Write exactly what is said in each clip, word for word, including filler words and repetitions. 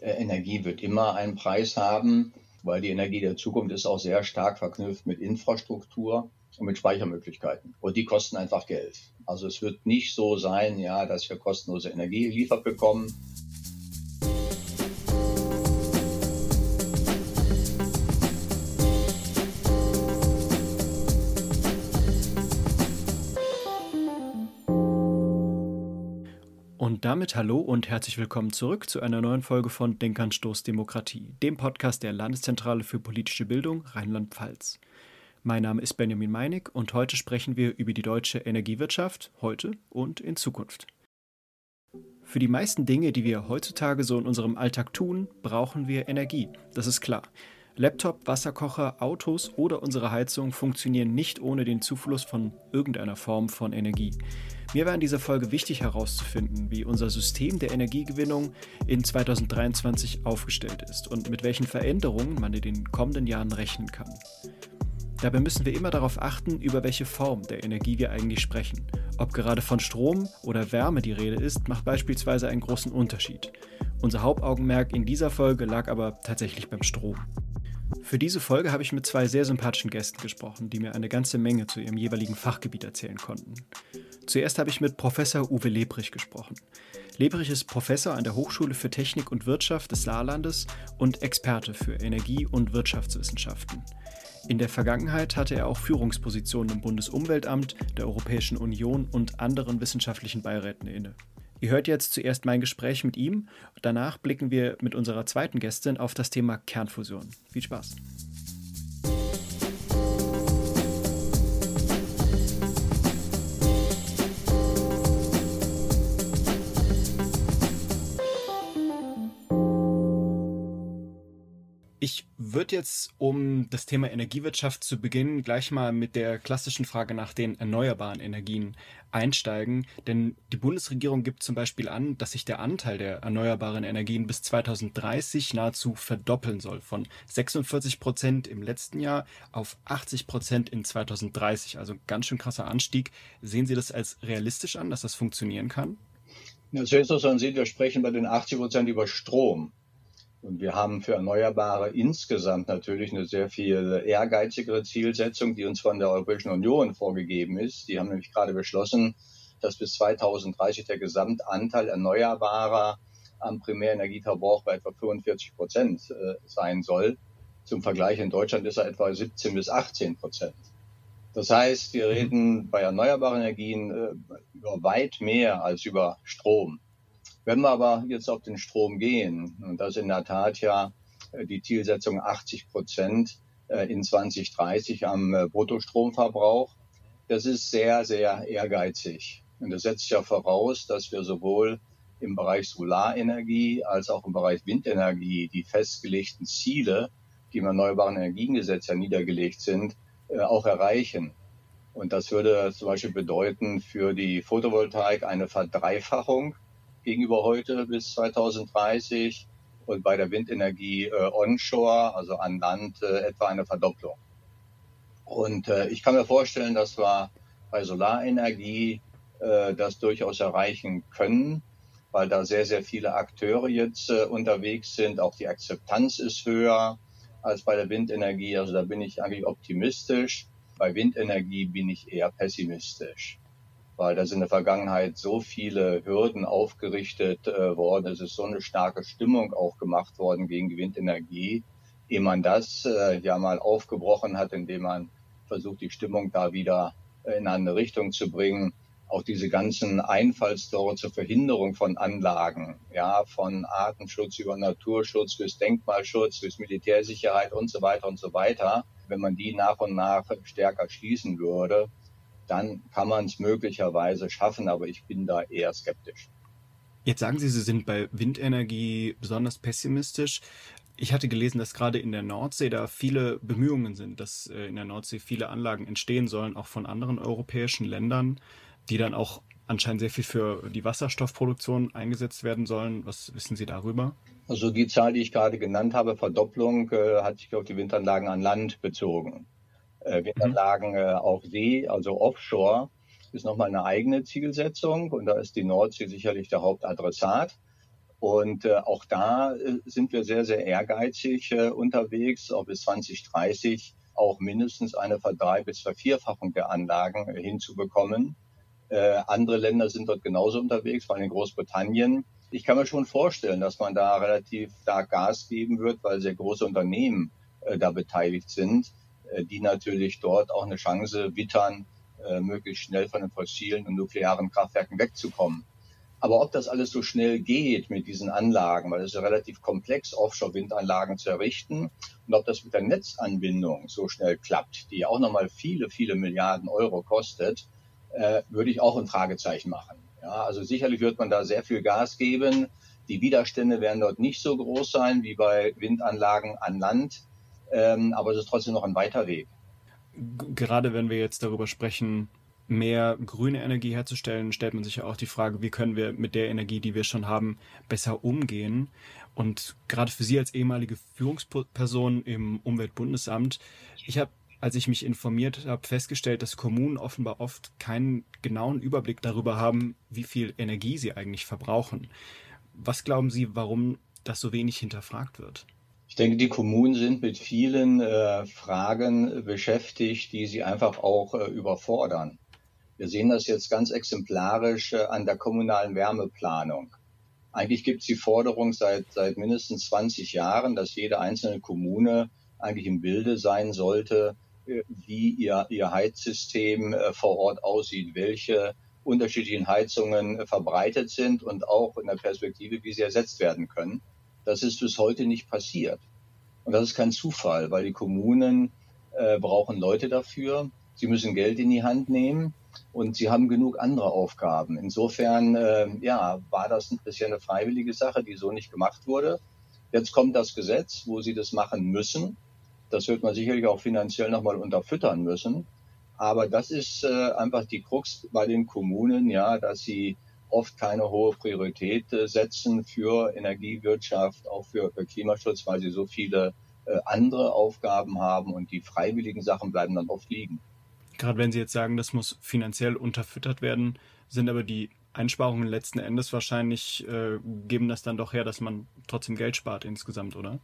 Energie wird immer einen Preis haben, weil die Energie der Zukunft ist auch sehr stark verknüpft mit Infrastruktur und mit Speichermöglichkeiten. Und die kosten einfach Geld. Also es wird nicht so sein, ja, dass wir kostenlose Energie geliefert bekommen. Und damit hallo und herzlich willkommen zurück zu einer neuen Folge von Denkanstoß Demokratie, dem Podcast der Landeszentrale für politische Bildung Rheinland-Pfalz. Mein Name ist Benjamin Meinig und heute sprechen wir über die deutsche Energiewirtschaft, heute und in Zukunft. Für die meisten Dinge, die wir heutzutage so in unserem Alltag tun, brauchen wir Energie, das ist klar. Laptop, Wasserkocher, Autos oder unsere Heizung funktionieren nicht ohne den Zufluss von irgendeiner Form von Energie. Mir war in dieser Folge wichtig herauszufinden, wie unser System der Energiegewinnung in zweitausenddreiundzwanzig aufgestellt ist und mit welchen Veränderungen man in den kommenden Jahren rechnen kann. Dabei müssen wir immer darauf achten, über welche Form der Energie wir eigentlich sprechen. Ob gerade von Strom oder Wärme die Rede ist, macht beispielsweise einen großen Unterschied. Unser Hauptaugenmerk in dieser Folge lag aber tatsächlich beim Strom. Für diese Folge habe ich mit zwei sehr sympathischen Gästen gesprochen, die mir eine ganze Menge zu ihrem jeweiligen Fachgebiet erzählen konnten. Zuerst habe ich mit Professor Uwe Lebrich gesprochen. Lebrich ist Professor an der Hochschule für Technik und Wirtschaft des Saarlandes und Experte für Energie- und Wirtschaftswissenschaften. In der Vergangenheit hatte er auch Führungspositionen im Bundesumweltamt, der Europäischen Union und anderen wissenschaftlichen Beiräten inne. Ihr hört jetzt zuerst mein Gespräch mit ihm, danach blicken wir mit unserer zweiten Gästin auf das Thema Kernfusion. Viel Spaß! Ich würde jetzt, um das Thema Energiewirtschaft zu beginnen, gleich mal mit der klassischen Frage nach den erneuerbaren Energien einsteigen. Denn die Bundesregierung gibt zum Beispiel an, dass sich der Anteil der erneuerbaren Energien bis zweitausenddreißig nahezu verdoppeln soll. Von sechsundvierzig Prozent im letzten Jahr auf achtzig Prozent in zweitausenddreißig. Also ein ganz schön krasser Anstieg. Sehen Sie das als realistisch an, dass das funktionieren kann? Ja, zuerst muss man sehen, wir sprechen bei den achtzig Prozent über Strom. Und wir haben für Erneuerbare insgesamt natürlich eine sehr viel ehrgeizigere Zielsetzung, die uns von der Europäischen Union vorgegeben ist. Die haben nämlich gerade beschlossen, dass bis zweitausenddreißig der Gesamtanteil Erneuerbarer am Primärenergieverbrauch bei etwa fünfundvierzig Prozent sein soll. Zum Vergleich in Deutschland ist er etwa siebzehn bis achtzehn Prozent. Das heißt, wir reden bei erneuerbaren Energien über weit mehr als über Strom. Wenn wir aber jetzt auf den Strom gehen, und das ist in der Tat ja die Zielsetzung achtzig Prozent in zweitausenddreißig am Bruttostromverbrauch, das ist sehr, sehr ehrgeizig. Und das setzt ja voraus, dass wir sowohl im Bereich Solarenergie als auch im Bereich Windenergie die festgelegten Ziele, die im Erneuerbaren Energiengesetz ja niedergelegt sind, auch erreichen. Und das würde zum Beispiel bedeuten für die Photovoltaik eine Verdreifachung gegenüber heute bis zweitausenddreißig und bei der Windenergie äh, onshore, also an Land, äh, etwa eine Verdopplung. Und äh, ich kann mir vorstellen, dass wir bei Solarenergie äh, das durchaus erreichen können, weil da sehr, sehr viele Akteure jetzt äh, unterwegs sind. Auch die Akzeptanz ist höher als bei der Windenergie. Also da bin ich eigentlich optimistisch. Bei Windenergie bin ich eher pessimistisch, weil da sind in der Vergangenheit so viele Hürden aufgerichtet äh, worden. Es ist so eine starke Stimmung auch gemacht worden gegen die Windenergie, ehe man das äh, ja mal aufgebrochen hat, indem man versucht, die Stimmung da wieder äh, in eine Richtung zu bringen. Auch diese ganzen Einfallstore zur Verhinderung von Anlagen, ja, von Artenschutz über Naturschutz bis Denkmalschutz, bis Militärsicherheit und so weiter und so weiter. Wenn man die nach und nach stärker schließen würde, dann kann man es möglicherweise schaffen, aber ich bin da eher skeptisch. Jetzt sagen Sie, Sie sind bei Windenergie besonders pessimistisch. Ich hatte gelesen, dass gerade in der Nordsee da viele Bemühungen sind, dass in der Nordsee viele Anlagen entstehen sollen, auch von anderen europäischen Ländern, die dann auch anscheinend sehr viel für die Wasserstoffproduktion eingesetzt werden sollen. Was wissen Sie darüber? Also die Zahl, die ich gerade genannt habe, Verdopplung, äh, hat sich auf die Windanlagen an Land bezogen. Äh, Windanlagen äh, auf See, also offshore, ist nochmal eine eigene Zielsetzung und da ist die Nordsee sicherlich der Hauptadressat. Und äh, auch da äh, sind wir sehr, sehr ehrgeizig äh, unterwegs, auch bis zwanzig dreißig auch mindestens eine Verdrei- bis Vervierfachung der Anlagen äh, hinzubekommen. Äh, andere Länder sind dort genauso unterwegs, vor allem in Großbritannien. Ich kann mir schon vorstellen, dass man da relativ stark Gas geben wird, weil sehr große Unternehmen äh, da beteiligt sind, äh, die natürlich dort auch eine Chance wittern, äh, möglichst schnell von den fossilen und nuklearen Kraftwerken wegzukommen. Aber ob das alles so schnell geht mit diesen Anlagen, weil es ist ja relativ komplex, Offshore-Windanlagen zu errichten, und ob das mit der Netzanbindung so schnell klappt, die auch nochmal viele, viele Milliarden Euro kostet, äh, würde ich auch ein Fragezeichen machen. Ja, also sicherlich wird man da sehr viel Gas geben. Die Widerstände werden dort nicht so groß sein wie bei Windanlagen an Land, ähm, aber es ist trotzdem noch ein weiter Weg. Gerade wenn wir jetzt darüber sprechen, mehr grüne Energie herzustellen, stellt man sich ja auch die Frage, wie können wir mit der Energie, die wir schon haben, besser umgehen. Und gerade für Sie als ehemalige Führungsperson im Umweltbundesamt, ich habe, als ich mich informiert habe, festgestellt, dass Kommunen offenbar oft keinen genauen Überblick darüber haben, wie viel Energie sie eigentlich verbrauchen. Was glauben Sie, warum das so wenig hinterfragt wird? Ich denke, die Kommunen sind mit vielen äh, Fragen beschäftigt, die sie einfach auch äh, überfordern. Wir sehen das jetzt ganz exemplarisch äh, an der kommunalen Wärmeplanung. Eigentlich gibt es die Forderung seit, seit mindestens zwanzig Jahren, dass jede einzelne Kommune eigentlich im Bilde sein sollte, äh, wie ihr, ihr Heizsystem äh, vor Ort aussieht, welche unterschiedlichen Heizungen äh, verbreitet sind und auch in der Perspektive, wie sie ersetzt werden können. Das ist bis heute nicht passiert. Und das ist kein Zufall, weil die Kommunen äh, brauchen Leute dafür. Sie müssen Geld in die Hand nehmen und sie haben genug andere Aufgaben. Insofern äh, ja, war das bisher eine freiwillige Sache, die so nicht gemacht wurde. Jetzt kommt das Gesetz, wo sie das machen müssen. Das wird man sicherlich auch finanziell nochmal unterfüttern müssen. Aber das ist äh, einfach die Krux bei den Kommunen, ja, dass sie oft keine hohe Priorität äh, setzen für Energiewirtschaft, auch für, für Klimaschutz, weil sie so viele äh, andere Aufgaben haben und die freiwilligen Sachen bleiben dann oft liegen. Gerade wenn Sie jetzt sagen, das muss finanziell unterfüttert werden, sind aber die Einsparungen letzten Endes wahrscheinlich, äh, geben das dann doch her, dass man trotzdem Geld spart insgesamt, oder?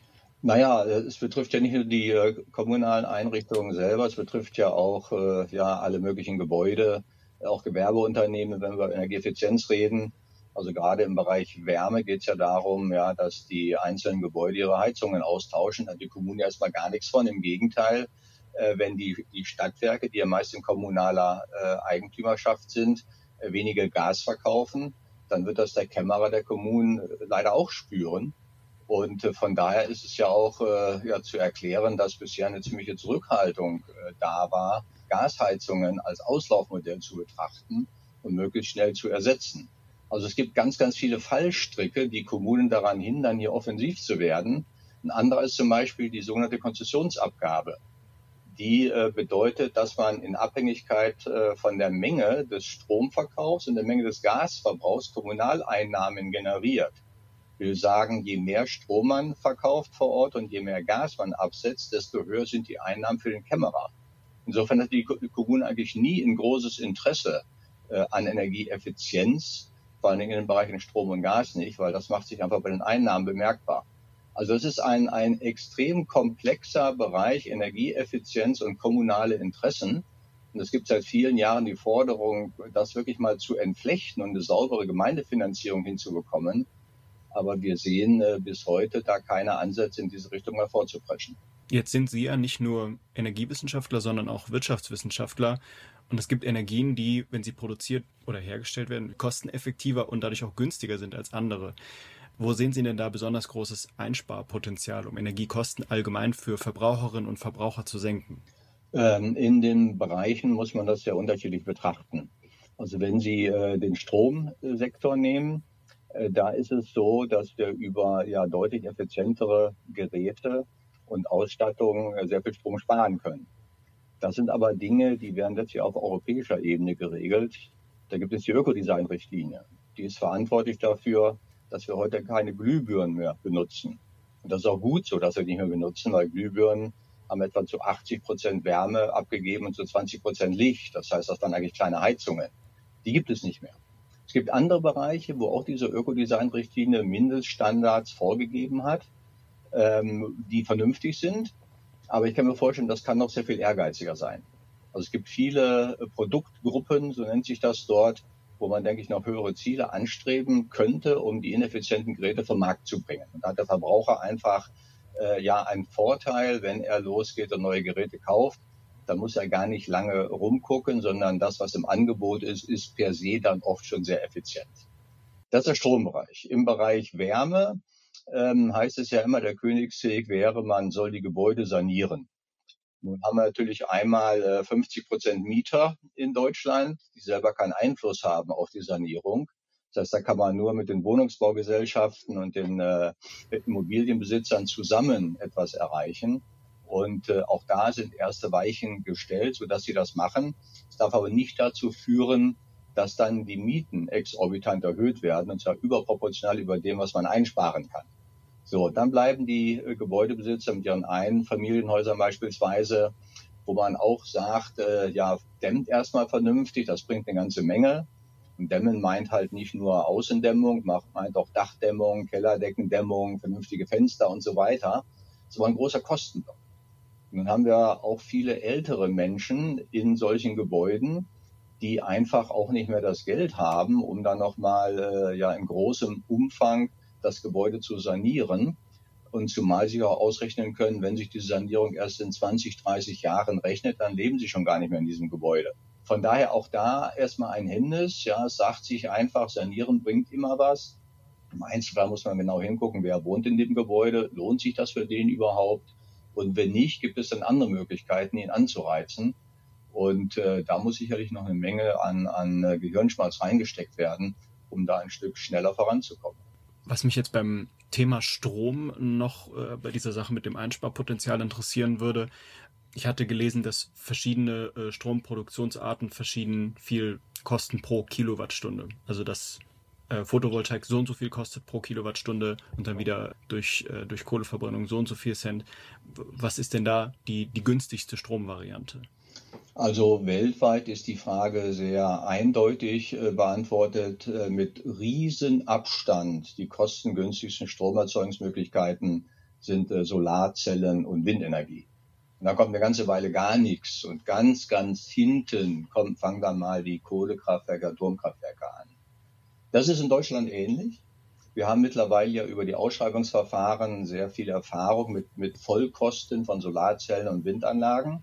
Naja, es betrifft ja nicht nur die äh, kommunalen Einrichtungen selber, es betrifft ja auch äh, ja, alle möglichen Gebäude, auch Gewerbeunternehmen, wenn wir über Energieeffizienz reden. Also gerade im Bereich Wärme geht es ja darum, ja, dass die einzelnen Gebäude ihre Heizungen austauschen. Da hat die Kommune erstmal gar nichts von. Im Gegenteil, äh, wenn die, die Stadtwerke, die ja meist in kommunaler äh, Eigentümerschaft sind, äh, weniger Gas verkaufen, dann wird das der Kämmerer der Kommunen äh, leider auch spüren. Und äh, von daher ist es ja auch äh, ja, zu erklären, dass bisher eine ziemliche Zurückhaltung äh, da war, Gasheizungen als Auslaufmodell zu betrachten und möglichst schnell zu ersetzen. Also es gibt ganz, ganz viele Fallstricke, die Kommunen daran hindern, hier offensiv zu werden. Ein anderer ist zum Beispiel die sogenannte Konzessionsabgabe. Die äh, bedeutet, dass man in Abhängigkeit äh, von der Menge des Stromverkaufs und der Menge des Gasverbrauchs Kommunaleinnahmen generiert. Will sagen, je mehr Strom man verkauft vor Ort und je mehr Gas man absetzt, desto höher sind die Einnahmen für den Kämmerer. Insofern hat die Kommune eigentlich nie ein großes Interesse äh, an Energieeffizienz, vor allen Dingen in den Bereichen Strom und Gas nicht, weil das macht sich einfach bei den Einnahmen bemerkbar. Also es ist ein, ein extrem komplexer Bereich Energieeffizienz und kommunale Interessen. Und es gibt seit vielen Jahren die Forderung, das wirklich mal zu entflechten und eine saubere Gemeindefinanzierung hinzubekommen. Aber wir sehen äh, bis heute da keine Ansätze in diese Richtung mal vorzupreschen. Jetzt sind Sie ja nicht nur Energiewissenschaftler, sondern auch Wirtschaftswissenschaftler. Und es gibt Energien, die, wenn sie produziert oder hergestellt werden, kosteneffektiver und dadurch auch günstiger sind als andere. Wo sehen Sie denn da besonders großes Einsparpotenzial, um Energiekosten allgemein für Verbraucherinnen und Verbraucher zu senken? Ähm, in den Bereichen muss man das sehr unterschiedlich betrachten. Also wenn Sie äh, den Stromsektor nehmen, äh, da ist es so, dass wir über ja deutlich effizientere Geräte und Ausstattung äh, sehr viel Strom sparen können. Das sind aber Dinge, die werden letztlich auf europäischer Ebene geregelt. Da gibt es die Ökodesign-Richtlinie. Die ist verantwortlich dafür, dass wir heute keine Glühbirnen mehr benutzen. Und das ist auch gut so, dass wir die nicht mehr benutzen, weil Glühbirnen haben etwa zu achtzig Prozent Wärme abgegeben und zu zwanzig Prozent Licht. Das heißt, das waren eigentlich kleine Heizungen. Die gibt es nicht mehr. Es gibt andere Bereiche, wo auch diese Ökodesign-Richtlinie Mindeststandards vorgegeben hat, ähm, die vernünftig sind. Aber ich kann mir vorstellen, das kann noch sehr viel ehrgeiziger sein. Also es gibt viele Produktgruppen, so nennt sich das dort, wo man, denke ich, noch höhere Ziele anstreben könnte, um die ineffizienten Geräte vom Markt zu bringen. Und da hat der Verbraucher einfach äh, ja einen Vorteil, wenn er losgeht und neue Geräte kauft. Da muss er gar nicht lange rumgucken, sondern das, was im Angebot ist, ist per se dann oft schon sehr effizient. Das ist der Strombereich. Im Bereich Wärme ähm, heißt es ja immer, der Königsweg wäre, man soll die Gebäude sanieren. Nun haben wir natürlich einmal äh, fünfzig Prozent Mieter in Deutschland, die selber keinen Einfluss haben auf die Sanierung. Das heißt, da kann man nur mit den Wohnungsbaugesellschaften und den äh, Immobilienbesitzern zusammen etwas erreichen. Und äh, auch da sind erste Weichen gestellt, sodass sie das machen. Es darf aber nicht dazu führen, dass dann die Mieten exorbitant erhöht werden, und zwar überproportional über dem, was man einsparen kann. So, dann bleiben die äh, Gebäudebesitzer mit ihren Einfamilienhäusern beispielsweise, wo man auch sagt, äh, ja, dämmt erstmal vernünftig, das bringt eine ganze Menge. Und Dämmen meint halt nicht nur Außendämmung, meint auch Dachdämmung, Kellerdeckendämmung, vernünftige Fenster und so weiter. Das war ein großer Kostenblock. Nun haben wir auch viele ältere Menschen in solchen Gebäuden, die einfach auch nicht mehr das Geld haben, um dann nochmal äh, ja in großem Umfang das Gebäude zu sanieren. Und zumal sie auch ausrechnen können, wenn sich diese Sanierung erst in zwanzig, dreißig Jahren rechnet, dann leben sie schon gar nicht mehr in diesem Gebäude. Von daher auch da erstmal ein Hemmnis. Ja, es sagt sich einfach, sanieren bringt immer was. Im Einzelfall muss man genau hingucken, wer wohnt in dem Gebäude, lohnt sich das für den überhaupt? Und wenn nicht, gibt es dann andere Möglichkeiten, ihn anzureizen. Und äh, da muss sicherlich noch eine Menge an, an äh, Gehirnschmalz reingesteckt werden, um da ein Stück schneller voranzukommen. Was mich jetzt beim Thema Strom noch äh, bei dieser Sache mit dem Einsparpotenzial interessieren würde, ich hatte gelesen, dass verschiedene äh, Stromproduktionsarten verschieden viel kosten pro Kilowattstunde. Also dass äh, Photovoltaik so und so viel kostet pro Kilowattstunde und dann wieder durch, äh, durch Kohleverbrennung so und so viel Cent. Was ist denn da die, die günstigste Stromvariante? Also weltweit ist die Frage sehr eindeutig äh, beantwortet. Äh, mit Riesenabstand die kostengünstigsten Stromerzeugungsmöglichkeiten sind äh, Solarzellen und Windenergie. Und da kommt eine ganze Weile gar nichts. Und ganz, ganz hinten kommt, fangen dann mal die Kohlekraftwerke, Atomkraftwerke an. Das ist in Deutschland ähnlich. Wir haben mittlerweile ja über die Ausschreibungsverfahren sehr viel Erfahrung mit, mit Vollkosten von Solarzellen und Windanlagen.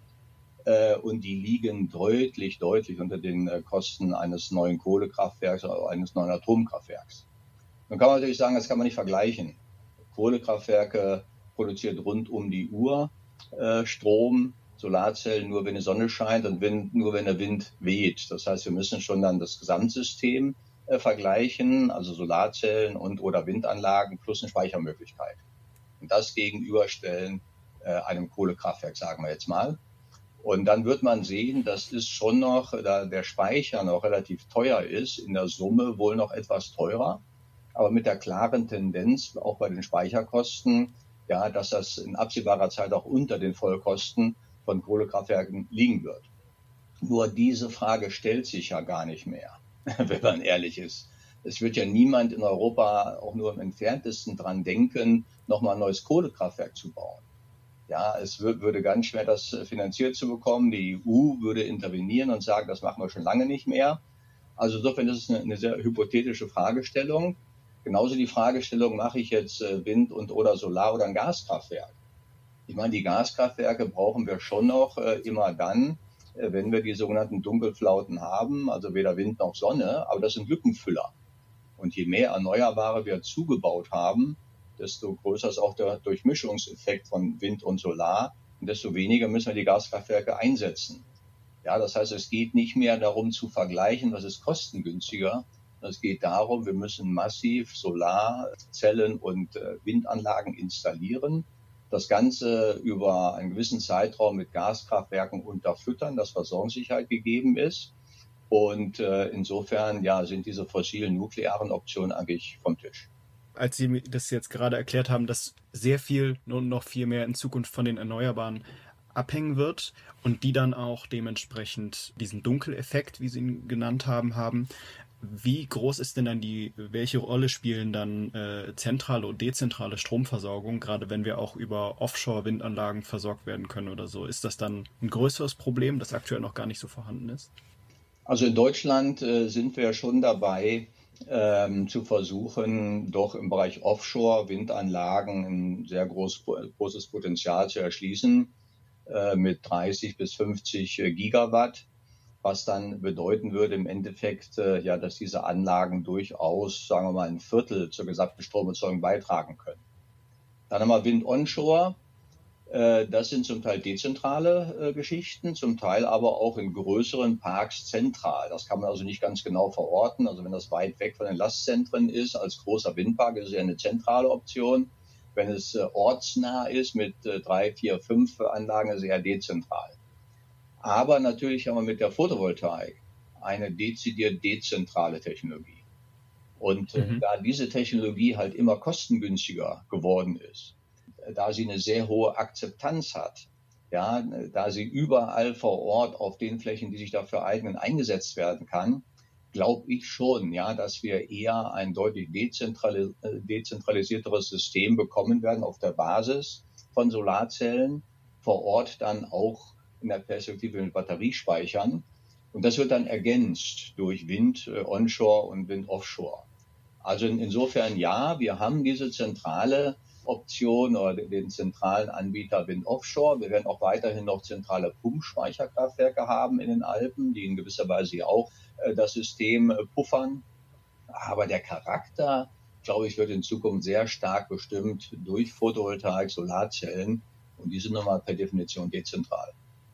Und die liegen deutlich, deutlich unter den Kosten eines neuen Kohlekraftwerks oder eines neuen Atomkraftwerks. Nun kann man natürlich sagen, das kann man nicht vergleichen. Kohlekraftwerke produziert rund um die Uhr äh, Strom, Solarzellen nur, wenn die Sonne scheint und Wind, nur, wenn der Wind weht. Das heißt, wir müssen schon dann das Gesamtsystem äh, vergleichen, also Solarzellen und oder Windanlagen plus eine Speichermöglichkeit. Und das gegenüberstellen äh, einem Kohlekraftwerk, sagen wir jetzt mal. Und dann wird man sehen, dass es schon noch, da der Speicher noch relativ teuer ist, in der Summe wohl noch etwas teurer, aber mit der klaren Tendenz, auch bei den Speicherkosten, ja, dass das in absehbarer Zeit auch unter den Vollkosten von Kohlekraftwerken liegen wird. Nur diese Frage stellt sich ja gar nicht mehr, wenn man ehrlich ist. Es wird ja niemand in Europa auch nur im Entferntesten dran denken, nochmal ein neues Kohlekraftwerk zu bauen. Ja, es würde ganz schwer, das finanziert zu bekommen. Die E U würde intervenieren und sagen, das machen wir schon lange nicht mehr. Also insofern ist es eine, eine sehr hypothetische Fragestellung. Genauso die Fragestellung, mache ich jetzt Wind- und oder Solar- oder ein Gaskraftwerk? Ich meine, die Gaskraftwerke brauchen wir schon noch äh, immer dann, äh, wenn wir die sogenannten Dunkelflauten haben, also weder Wind noch Sonne, aber das sind Lückenfüller. Und je mehr Erneuerbare wir zugebaut haben, desto größer ist auch der Durchmischungseffekt von Wind und Solar und desto weniger müssen wir die Gaskraftwerke einsetzen. Ja, das heißt, es geht nicht mehr darum zu vergleichen, was ist kostengünstiger. Es geht darum, wir müssen massiv Solarzellen und äh, Windanlagen installieren. Das Ganze über einen gewissen Zeitraum mit Gaskraftwerken unterfüttern, dass Versorgungssicherheit gegeben ist. Und äh, insofern ja, sind diese fossilen nuklearen Optionen eigentlich vom Tisch. Als Sie das jetzt gerade erklärt haben, dass sehr viel und noch viel mehr in Zukunft von den Erneuerbaren abhängen wird und die dann auch dementsprechend diesen Dunkeleffekt, wie Sie ihn genannt haben, haben, wie groß ist denn dann die, welche Rolle spielen dann äh, zentrale und dezentrale Stromversorgung, gerade wenn wir auch über Offshore-Windanlagen versorgt werden können oder so? Ist das dann ein größeres Problem, das aktuell noch gar nicht so vorhanden ist? Also in Deutschland äh, sind wir schon dabei, ähm, zu versuchen, doch im Bereich Offshore-Windanlagen ein sehr groß, großes Potenzial zu erschließen, äh, mit dreißig bis fünfzig Gigawatt, was dann bedeuten würde im Endeffekt, äh, ja, dass diese Anlagen durchaus, sagen wir mal, ein Viertel zur gesamten Stromerzeugung beitragen können. Dann haben wir Wind onshore. Äh, das sind zum Teil dezentrale äh, Geschichten, zum Teil aber auch in größeren Parks zentral. Das kann man also nicht ganz genau verorten. Also wenn das weit weg von den Lastzentren ist, als großer Windpark, ist es ja eine zentrale Option. Wenn es äh, ortsnah ist mit äh, drei, vier, fünf Anlagen, ist es eher dezentral. Aber natürlich haben wir mit der Photovoltaik eine dezidiert dezentrale Technologie. Und äh, Mhm. da diese Technologie halt immer kostengünstiger geworden ist, da sie eine sehr hohe Akzeptanz hat, ja, da sie überall vor Ort auf den Flächen, die sich dafür eignen, eingesetzt werden kann, glaube ich schon, ja, dass wir eher ein deutlich dezentralis- dezentralisierteres System bekommen werden auf der Basis von Solarzellen, vor Ort dann auch in der Perspektive mit Batteriespeichern. Und das wird dann ergänzt durch Wind äh, onshore und Wind offshore. Also in, insofern ja, wir haben diese zentrale Option oder den zentralen Anbieter Wind Offshore. Wir werden auch weiterhin noch zentrale Pumpspeicherkraftwerke haben in den Alpen, die in gewisser Weise auch äh, das System äh, puffern. Aber der Charakter, glaube ich, wird in Zukunft sehr stark bestimmt durch Photovoltaik, Solarzellen. Und die sind nun mal per Definition dezentral.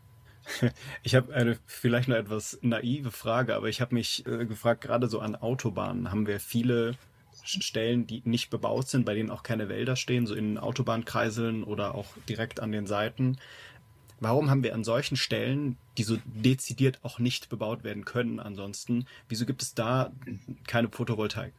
Ich habe eine vielleicht noch etwas naive Frage, aber ich habe mich äh, gefragt, gerade so an Autobahnen haben wir viele Stellen, die nicht bebaut sind, bei denen auch keine Wälder stehen, so in Autobahnkreiseln oder auch direkt an den Seiten. Warum haben wir an solchen Stellen, die so dezidiert auch nicht bebaut werden können ansonsten, wieso gibt es da keine Photovoltaik?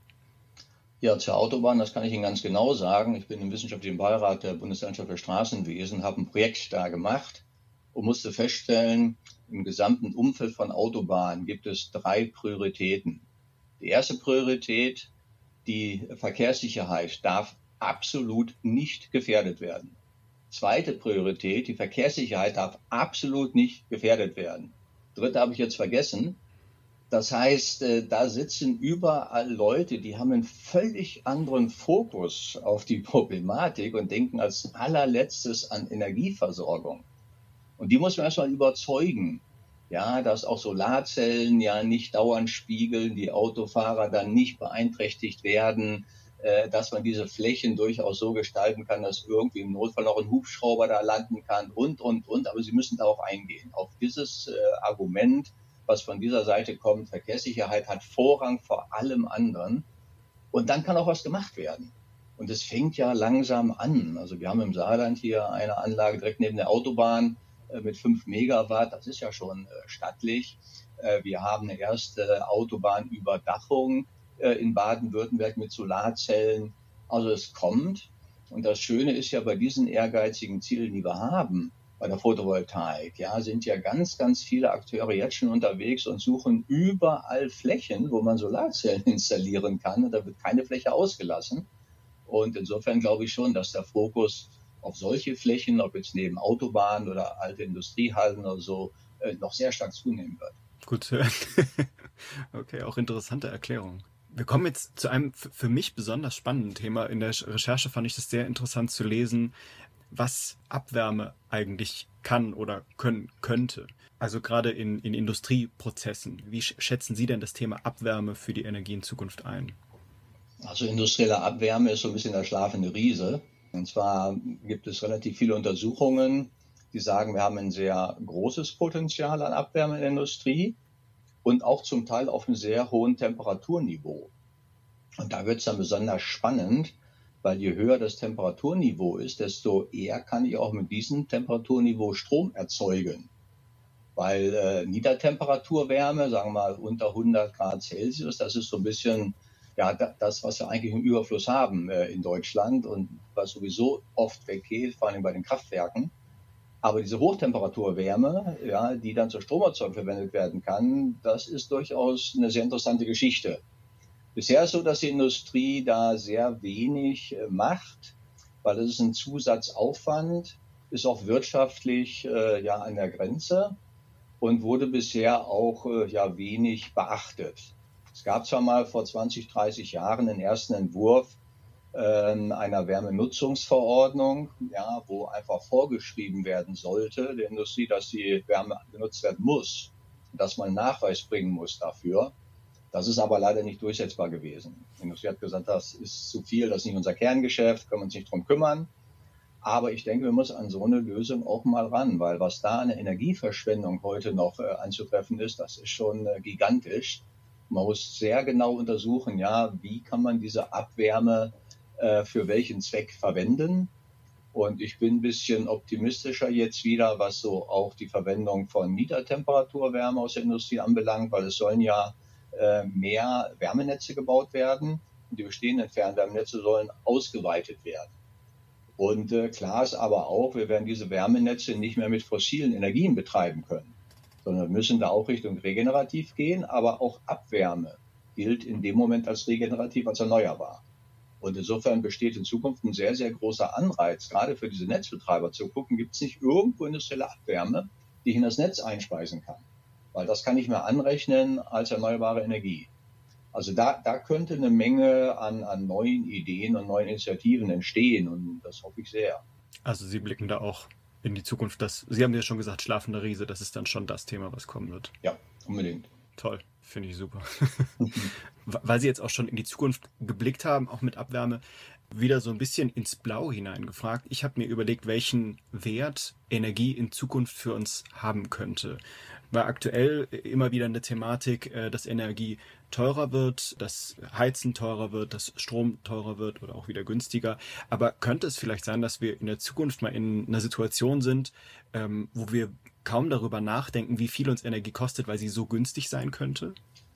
Ja, zur Autobahn, das kann ich Ihnen ganz genau sagen. Ich bin im wissenschaftlichen Beirat der Bundesgesellschaft für Straßenwesen, habe ein Projekt da gemacht und musste feststellen, im gesamten Umfeld von Autobahnen gibt es drei Prioritäten. Die erste Priorität, die Verkehrssicherheit darf absolut nicht gefährdet werden. Zweite Priorität, die Verkehrssicherheit darf absolut nicht gefährdet werden. Dritte habe ich jetzt vergessen. Das heißt, da sitzen überall Leute, die haben einen völlig anderen Fokus auf die Problematik und denken als allerletztes an Energieversorgung. Und die muss man erstmal überzeugen, ja, dass auch Solarzellen ja nicht dauernd spiegeln, die Autofahrer dann nicht beeinträchtigt werden, äh, dass man diese Flächen durchaus so gestalten kann, dass irgendwie im Notfall noch ein Hubschrauber da landen kann und, und, und. Aber sie müssen darauf eingehen, auf dieses äh, Argument, was von dieser Seite kommt. Verkehrssicherheit hat Vorrang vor allem anderen. Und dann kann auch was gemacht werden. Und es fängt ja langsam an. Also wir haben im Saarland hier eine Anlage direkt neben der Autobahn äh, mit fünf Megawatt. Das ist ja schon äh, stattlich. Äh, wir haben eine erste Autobahnüberdachung äh, in Baden-Württemberg mit Solarzellen. Also es kommt. Und das Schöne ist ja bei diesen ehrgeizigen Zielen, die wir haben, bei der Photovoltaik, ja, sind ja ganz, ganz viele Akteure jetzt schon unterwegs und suchen überall Flächen, wo man Solarzellen installieren kann. Und da wird keine Fläche ausgelassen. Und insofern glaube ich schon, dass der Fokus auf solche Flächen, ob jetzt neben Autobahnen oder alte Industriehallen oder so, noch sehr stark zunehmen wird. Gut zu hören. Okay, auch interessante Erklärung. Wir kommen jetzt zu einem für mich besonders spannenden Thema. In der Recherche fand ich das sehr interessant zu lesen, was Abwärme eigentlich kann oder können könnte. Also gerade in, in Industrieprozessen. Wie schätzen Sie denn das Thema Abwärme für die Energie in Zukunft ein? Also industrielle Abwärme ist so ein bisschen der schlafende Riese. Und zwar gibt es relativ viele Untersuchungen, die sagen, wir haben ein sehr großes Potenzial an Abwärme in der Industrie und auch zum Teil auf einem sehr hohen Temperaturniveau. Und da wird es dann besonders spannend, weil je höher das Temperaturniveau ist, desto eher kann ich auch mit diesem Temperaturniveau Strom erzeugen. Weil äh, Niedertemperaturwärme, sagen wir mal unter hundert Grad Celsius, das ist so ein bisschen ja das, was wir eigentlich im Überfluss haben äh, in Deutschland und was sowieso oft weggeht, vor allem bei den Kraftwerken. Aber diese Hochtemperaturwärme, ja, die dann zur Stromerzeugung verwendet werden kann, das ist durchaus eine sehr interessante Geschichte. Bisher ist es so, dass die Industrie da sehr wenig äh, macht, weil es ist ein Zusatzaufwand, ist auch wirtschaftlich äh, ja an der Grenze und wurde bisher auch äh, ja wenig beachtet. Es gab zwar mal vor zwanzig, dreißig Jahren den ersten Entwurf äh, einer Wärmenutzungsverordnung, ja, wo einfach vorgeschrieben werden sollte der Industrie, dass die Wärme genutzt werden muss, dass man Nachweis bringen muss dafür. Das ist aber leider nicht durchsetzbar gewesen. Die Industrie hat gesagt, das ist zu viel, das ist nicht unser Kerngeschäft, können wir uns nicht drum kümmern. Aber ich denke, wir müssen an so eine Lösung auch mal ran, weil was da an Energieverschwendung heute noch äh, anzutreffen ist, das ist schon äh, gigantisch. Man muss sehr genau untersuchen, ja, wie kann man diese Abwärme äh, für welchen Zweck verwenden. Und ich bin ein bisschen optimistischer jetzt wieder, was so auch die Verwendung von Niedertemperaturwärme aus der Industrie anbelangt, weil es sollen ja äh, mehr Wärmenetze gebaut werden und die bestehenden Fernwärmenetze sollen ausgeweitet werden. Und äh, klar ist aber auch, wir werden diese Wärmenetze nicht mehr mit fossilen Energien betreiben können, sondern wir müssen da auch Richtung regenerativ gehen, aber auch Abwärme gilt in dem Moment als regenerativ, als erneuerbar. Und insofern besteht in Zukunft ein sehr, sehr großer Anreiz, gerade für diese Netzbetreiber zu gucken, gibt es nicht irgendwo industrielle Abwärme, die ich in das Netz einspeisen kann. Weil das kann ich mir anrechnen als erneuerbare Energie. Also da, da könnte eine Menge an, an neuen Ideen und neuen Initiativen entstehen und das hoffe ich sehr. Also Sie blicken da auch in die Zukunft. Das, Sie haben ja schon gesagt, schlafender Riese, das ist dann schon das Thema, was kommen wird. Ja, unbedingt. Toll, finde ich super. Weil Sie jetzt auch schon in die Zukunft geblickt haben, auch mit Abwärme, wieder so ein bisschen ins Blau hineingefragt. Ich habe mir überlegt, welchen Wert Energie in Zukunft für uns haben könnte. War aktuell immer wieder eine Thematik, dass Energie teurer wird, dass Heizen teurer wird, dass Strom teurer wird oder auch wieder günstiger. Aber könnte es vielleicht sein, dass wir in der Zukunft mal in einer Situation sind, wo wir kaum darüber nachdenken, wie viel uns Energie kostet, weil sie so günstig sein könnte?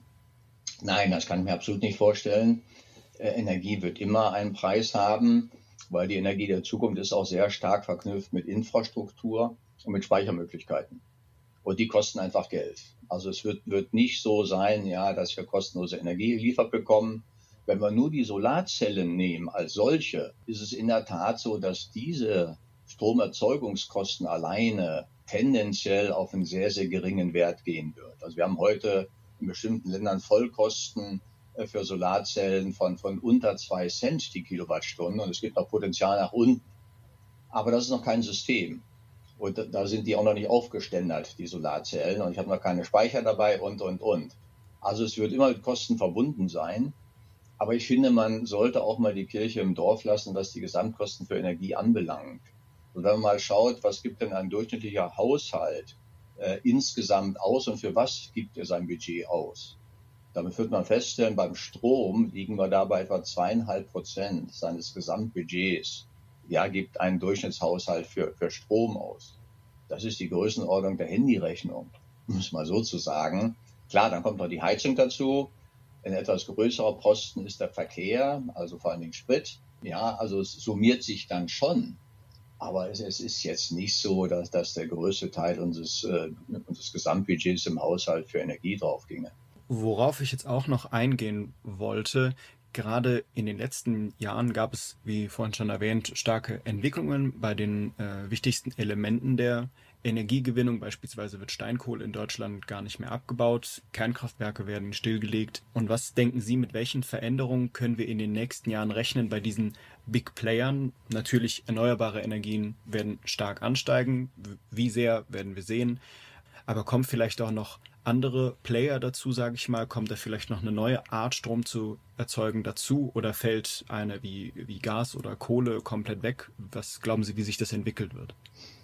Nein, das kann ich mir absolut nicht vorstellen. Energie wird immer einen Preis haben, weil die Energie der Zukunft ist auch sehr stark verknüpft mit Infrastruktur und mit Speichermöglichkeiten. Und die kosten einfach Geld. Also es wird, wird nicht so sein, ja, dass wir kostenlose Energie geliefert bekommen. Wenn wir nur die Solarzellen nehmen als solche, ist es in der Tat so, dass diese Stromerzeugungskosten alleine tendenziell auf einen sehr, sehr geringen Wert gehen wird. Also wir haben heute in bestimmten Ländern Vollkosten für Solarzellen von, von unter zwei Cent die Kilowattstunde und es gibt noch Potenzial nach unten. Aber das ist noch kein System. Und da sind die auch noch nicht aufgeständert, die Solarzellen. Und ich habe noch keine Speicher dabei und, und, und. Also es wird immer mit Kosten verbunden sein. Aber ich finde, man sollte auch mal die Kirche im Dorf lassen, was die Gesamtkosten für Energie anbelangt. Und wenn man mal schaut, was gibt denn ein durchschnittlicher Haushalt äh, insgesamt aus und für was gibt er sein Budget aus? Damit wird man feststellen, beim Strom liegen wir da bei etwa zweieinhalb Prozent seines Gesamtbudgets. Ja, gibt einen Durchschnittshaushalt für, für Strom aus. Das ist die Größenordnung der Handyrechnung, um es mal so zu sagen. Klar, dann kommt noch die Heizung dazu. Ein etwas größerer Posten ist der Verkehr, also vor allen Dingen Sprit. Ja, also es summiert sich dann schon. Aber es, es ist jetzt nicht so, dass, dass der größte Teil unseres, äh, unseres Gesamtbudgets im Haushalt für Energie drauf ginge. Worauf ich jetzt auch noch eingehen wollte, gerade in den letzten Jahren gab es, wie vorhin schon erwähnt, starke Entwicklungen bei den äh, wichtigsten Elementen der Energiegewinnung. Beispielsweise wird Steinkohle in Deutschland gar nicht mehr abgebaut, Kernkraftwerke werden stillgelegt. Und was denken Sie, mit welchen Veränderungen können wir in den nächsten Jahren rechnen bei diesen Big Playern? Natürlich, erneuerbare Energien werden stark ansteigen. Wie sehr, werden wir sehen. Aber kommt vielleicht auch noch andere Player dazu, sage ich mal? Kommt da vielleicht noch eine neue Art, Strom zu erzeugen dazu? Oder fällt eine wie, wie Gas oder Kohle komplett weg? Was glauben Sie, wie sich das entwickelt wird?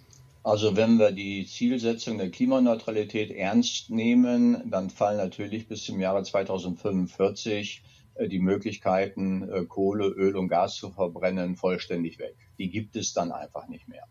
Also wenn wir die Zielsetzung der Klimaneutralität ernst nehmen, dann fallen natürlich bis zum Jahre zweitausendfünfundvierzig die Möglichkeiten, Kohle, Öl und Gas zu verbrennen, vollständig weg. Die gibt es dann einfach nicht mehr.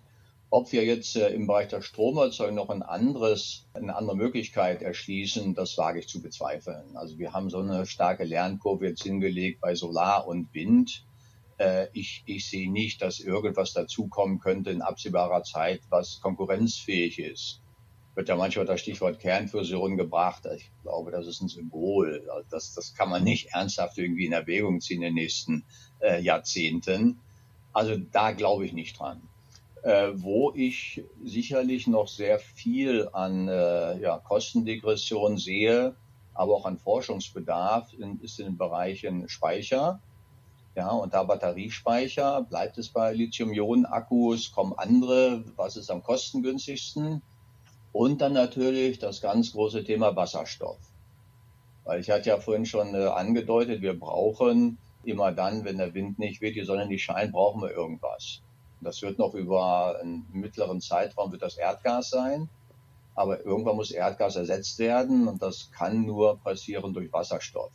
Ob wir jetzt äh, im Bereich der Stromerzeugung noch ein anderes, eine andere Möglichkeit erschließen, das wage ich zu bezweifeln. Also wir haben so eine starke Lernkurve jetzt hingelegt bei Solar und Wind. Äh, ich, ich sehe nicht, dass irgendwas dazukommen könnte in absehbarer Zeit, was konkurrenzfähig ist. Wird ja manchmal das Stichwort Kernfusion gebracht. Ich glaube, das ist ein Symbol. Also das, das kann man nicht ernsthaft irgendwie in Erwägung ziehen in den nächsten äh, Jahrzehnten. Also da glaube ich nicht dran. Äh, wo ich sicherlich noch sehr viel an äh, ja, Kostendegression sehe, aber auch an Forschungsbedarf, in, ist in den Bereichen Speicher. Ja, und da Batteriespeicher, bleibt es bei Lithium-Ionen-Akkus, kommen andere, was ist am kostengünstigsten? Und dann natürlich das ganz große Thema Wasserstoff. Weil ich hatte ja vorhin schon äh, angedeutet, wir brauchen immer dann, wenn der Wind nicht weht, die Sonne nicht scheint, brauchen wir irgendwas. Das wird noch über einen mittleren Zeitraum wird das Erdgas sein. Aber irgendwann muss Erdgas ersetzt werden und das kann nur passieren durch Wasserstoff.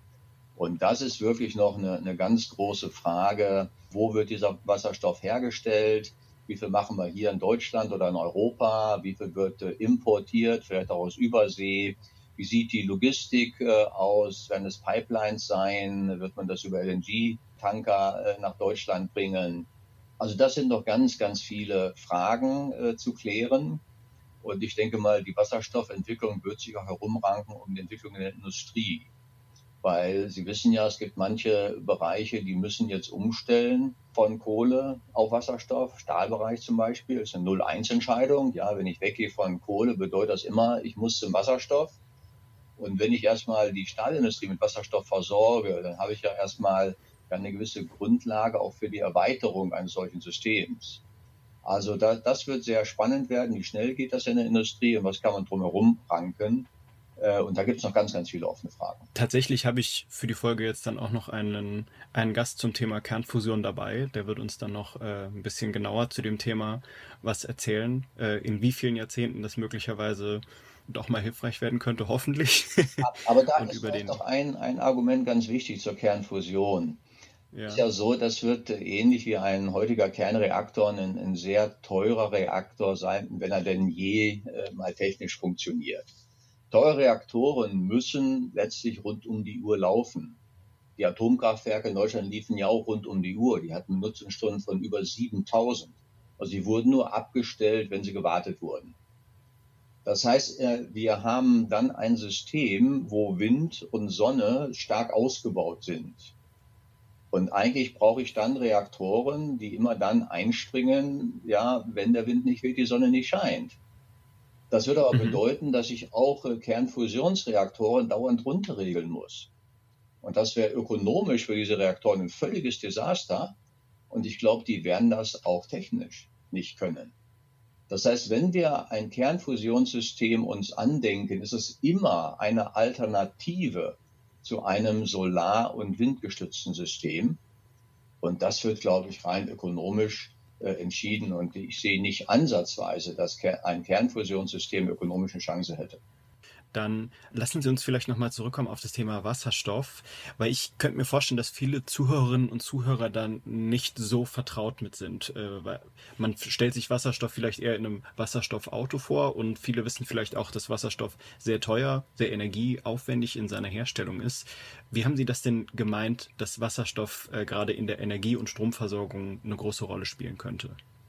Und das ist wirklich noch eine, eine ganz große Frage. Wo wird dieser Wasserstoff hergestellt? Wie viel machen wir hier in Deutschland oder in Europa? Wie viel wird äh, importiert, vielleicht auch aus Übersee? Wie sieht die Logistik äh, aus? Werden es Pipelines sein? Wird man das über L N G-Tanker äh, nach Deutschland bringen? Also das sind noch ganz, ganz viele Fragen äh, zu klären. Und ich denke mal, die Wasserstoffentwicklung wird sich auch herumranken um die Entwicklung in der Industrie. Weil Sie wissen ja, es gibt manche Bereiche, die müssen jetzt umstellen von Kohle auf Wasserstoff. Stahlbereich zum Beispiel ist eine null eins Entscheidung. Ja, wenn ich weggehe von Kohle, bedeutet das immer, ich muss zum Wasserstoff. Und wenn ich erstmal die Stahlindustrie mit Wasserstoff versorge, dann habe ich ja erstmal eine gewisse Grundlage auch für die Erweiterung eines solchen Systems. Also da, das wird sehr spannend werden. Wie schnell geht das in der Industrie und was kann man drumherum ranken? Und da gibt es noch ganz, ganz viele offene Fragen. Tatsächlich habe ich für die Folge jetzt dann auch noch einen, einen Gast zum Thema Kernfusion dabei. Der wird uns dann noch äh, ein bisschen genauer zu dem Thema was erzählen, äh, in wie vielen Jahrzehnten das möglicherweise doch mal hilfreich werden könnte, hoffentlich. Aber da Und ist über vielleicht den noch ein, ein Argument ganz wichtig zur Kernfusion. Ja. Ist ja so, das wird ähnlich wie ein heutiger Kernreaktor ein, ein sehr teurer Reaktor sein, wenn er denn je äh, mal technisch funktioniert. Teure Reaktoren müssen letztlich rund um die Uhr laufen. Die Atomkraftwerke in Deutschland liefen ja auch rund um die Uhr. Die hatten Nutzungsstunden von über siebentausend. Also sie wurden nur abgestellt, wenn sie gewartet wurden. Das heißt, wir haben dann ein System, wo Wind und Sonne stark ausgebaut sind. Und eigentlich brauche ich dann Reaktoren, die immer dann einspringen, ja, wenn der Wind nicht weht, die Sonne nicht scheint. Das würde aber mhm. bedeuten, dass ich auch äh, Kernfusionsreaktoren dauernd runterregeln muss. Und das wäre ökonomisch für diese Reaktoren ein völliges Desaster. Und ich glaube, die werden das auch technisch nicht können. Das heißt, wenn wir ein Kernfusionssystem uns andenken, ist es immer eine Alternative zu einem solar- und windgestützten System. Und das wird, glaube ich, rein ökonomisch äh, entschieden. Und ich sehe nicht ansatzweise, dass ein Kernfusionssystem ökonomische Chance hätte. Dann lassen Sie uns vielleicht nochmal zurückkommen auf das Thema Wasserstoff, weil ich könnte mir vorstellen, dass viele Zuhörerinnen und Zuhörer dann nicht so vertraut mit sind. Äh, weil man stellt sich Wasserstoff vielleicht eher in einem Wasserstoffauto vor und viele wissen vielleicht auch, dass Wasserstoff sehr teuer, sehr energieaufwendig in seiner Herstellung ist. Wie haben Sie das denn gemeint, dass Wasserstoff äh, gerade in der Energie- und Stromversorgung eine große Rolle spielen könnte?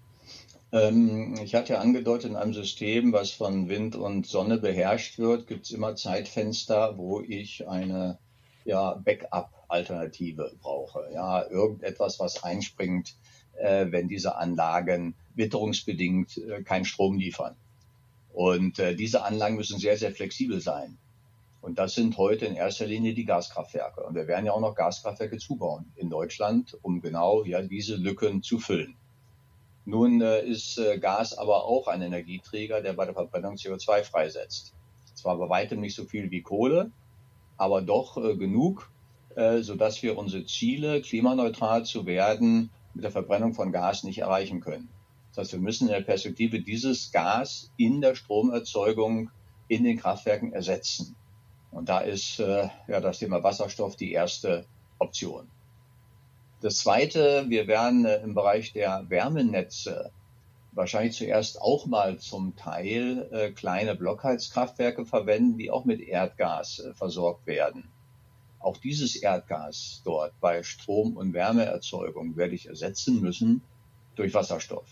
Ich hatte ja angedeutet, in einem System, was von Wind und Sonne beherrscht wird, gibt es immer Zeitfenster, wo ich eine ja, Backup-Alternative brauche. Ja, irgendetwas, was einspringt, äh, wenn diese Anlagen witterungsbedingt äh, keinen Strom liefern. Und äh, diese Anlagen müssen sehr, sehr flexibel sein. Und das sind heute in erster Linie die Gaskraftwerke. Und wir werden ja auch noch Gaskraftwerke zubauen in Deutschland, um genau ja, diese Lücken zu füllen. Nun äh, ist äh, Gas aber auch ein Energieträger, der bei der Verbrennung C O zwei freisetzt. Zwar bei weitem nicht so viel wie Kohle, aber doch äh, genug, äh, sodass wir unsere Ziele, klimaneutral zu werden, mit der Verbrennung von Gas nicht erreichen können. Das heißt, wir müssen in der Perspektive dieses Gas in der Stromerzeugung in den Kraftwerken ersetzen. Und da ist äh, ja das Thema Wasserstoff die erste Option. Das Zweite, wir werden äh, im Bereich der Wärmenetze wahrscheinlich zuerst auch mal zum Teil äh, kleine Blockheizkraftwerke verwenden, die auch mit Erdgas äh, versorgt werden. auch dieses Erdgas dort bei Strom- und Wärmeerzeugung werde ich ersetzen müssen durch Wasserstoff.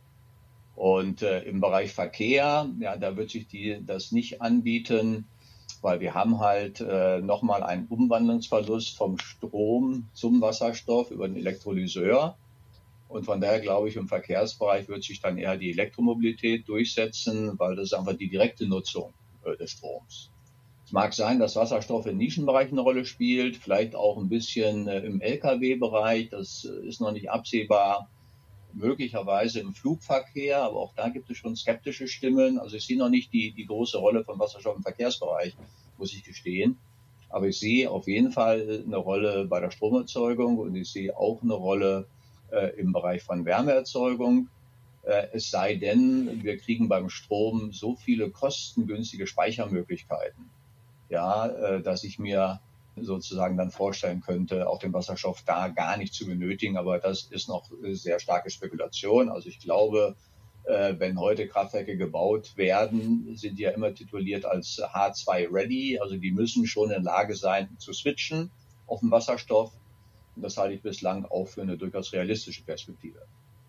Und äh, im Bereich Verkehr, ja, da wird sich die, das nicht anbieten, weil wir haben halt äh, nochmal einen Umwandlungsverlust vom Strom zum Wasserstoff über den Elektrolyseur. Und von daher glaube ich, im Verkehrsbereich wird sich dann eher die Elektromobilität durchsetzen, weil das ist einfach die direkte Nutzung äh, des Stroms. Es mag sein, dass Wasserstoff in Nischenbereichen eine Rolle spielt, vielleicht auch ein bisschen äh, im L K W-Bereich, das äh, ist noch nicht absehbar. Möglicherweise im Flugverkehr, aber auch da gibt es schon skeptische Stimmen. Also ich sehe noch nicht die, die große Rolle von Wasserstoff im Verkehrsbereich, muss ich gestehen. Aber ich sehe auf jeden Fall eine Rolle bei der Stromerzeugung und ich sehe auch eine Rolle äh, im Bereich von Wärmeerzeugung. Äh, es sei denn, wir kriegen beim Strom so viele kostengünstige Speichermöglichkeiten, ja, äh, dass ich mir sozusagen dann vorstellen könnte, auch den Wasserstoff da gar nicht zu benötigen. Aber das ist noch sehr starke Spekulation. Also ich glaube, äh, wenn heute Kraftwerke gebaut werden, sind die ja immer tituliert als H zwei ready. Also die müssen schon in der Lage sein zu switchen auf den Wasserstoff. Und das halte ich bislang auch für eine durchaus realistische Perspektive.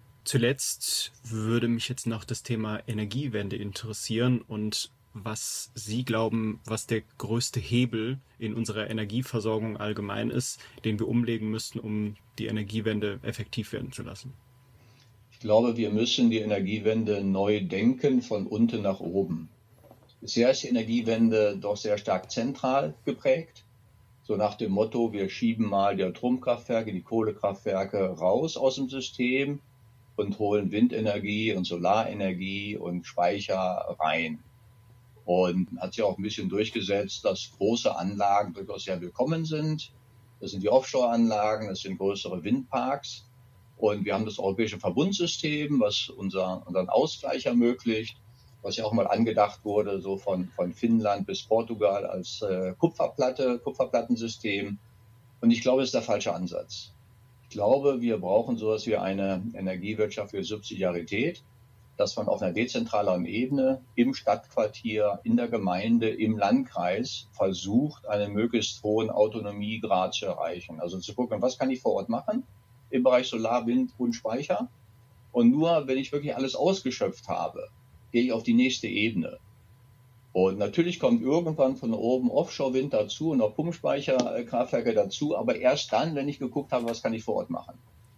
Zuletzt würde mich jetzt noch das Thema Energiewende interessieren und was Sie glauben, was der größte Hebel in unserer Energieversorgung allgemein ist, den wir umlegen müssten, um die Energiewende effektiv werden zu lassen. Ich glaube, wir müssen die Energiewende neu denken, von unten nach oben. Bisher ist die Energiewende doch sehr stark zentral geprägt. So nach dem Motto, wir schieben mal die Atomkraftwerke, die Kohlekraftwerke raus aus dem System und holen Windenergie und Solarenergie und Speicher rein. Und hat sich auch ein bisschen durchgesetzt, dass große Anlagen durchaus sehr willkommen sind. Das sind die Offshore-Anlagen, das sind größere Windparks. Und wir haben das europäische Verbundsystem, was unser, unseren Ausgleich ermöglicht, was ja auch mal angedacht wurde, so von, von Finnland bis Portugal als äh, Kupferplatte, Kupferplattensystem. Und ich glaube, das ist der falsche Ansatz. Ich glaube, wir brauchen sowas wie eine Energiewirtschaft für Subsidiarität, dass man auf einer dezentralen Ebene im Stadtquartier, in der Gemeinde, im Landkreis versucht, einen möglichst hohen Autonomiegrad zu erreichen. Also zu gucken, was kann ich vor Ort machen im Bereich Solar, Wind und Speicher. Und nur, wenn ich wirklich alles ausgeschöpft habe, gehe ich auf die nächste Ebene. Und natürlich kommt irgendwann von oben Offshore-Wind dazu und auch Pumpspeicherkraftwerke dazu, aber erst dann, wenn ich geguckt habe, was kann ich vor Ort machen.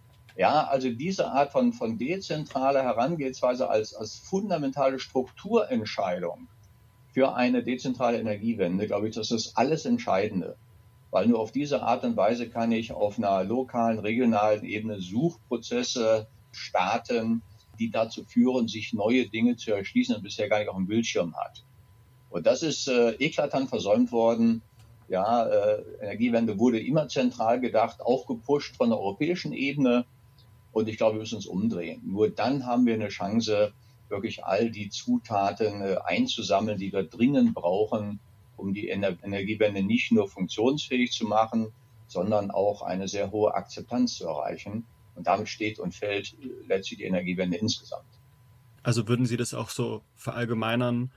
Ja, also diese Art von, von dezentraler Herangehensweise als, als fundamentale Strukturentscheidung für eine dezentrale Energiewende, glaube ich, das ist alles Entscheidende. Weil nur auf diese Art und Weise kann ich auf einer lokalen, regionalen Ebene Suchprozesse starten, die dazu führen, sich neue Dinge zu erschließen und bisher gar nicht auf dem Bildschirm hat. Und das ist äh, eklatant versäumt worden. Ja, äh, Energiewende wurde immer zentral gedacht, auch gepusht von der europäischen Ebene. Und ich glaube, wir müssen uns umdrehen. Nur dann haben wir eine Chance, wirklich all die Zutaten äh, einzusammeln, die wir dringend brauchen, um die Ener- Energiewende nicht nur funktionsfähig zu machen, sondern auch eine sehr hohe Akzeptanz zu erreichen. Und damit steht und fällt letztlich die Energiewende insgesamt. Also würden Sie das auch so verallgemeinern,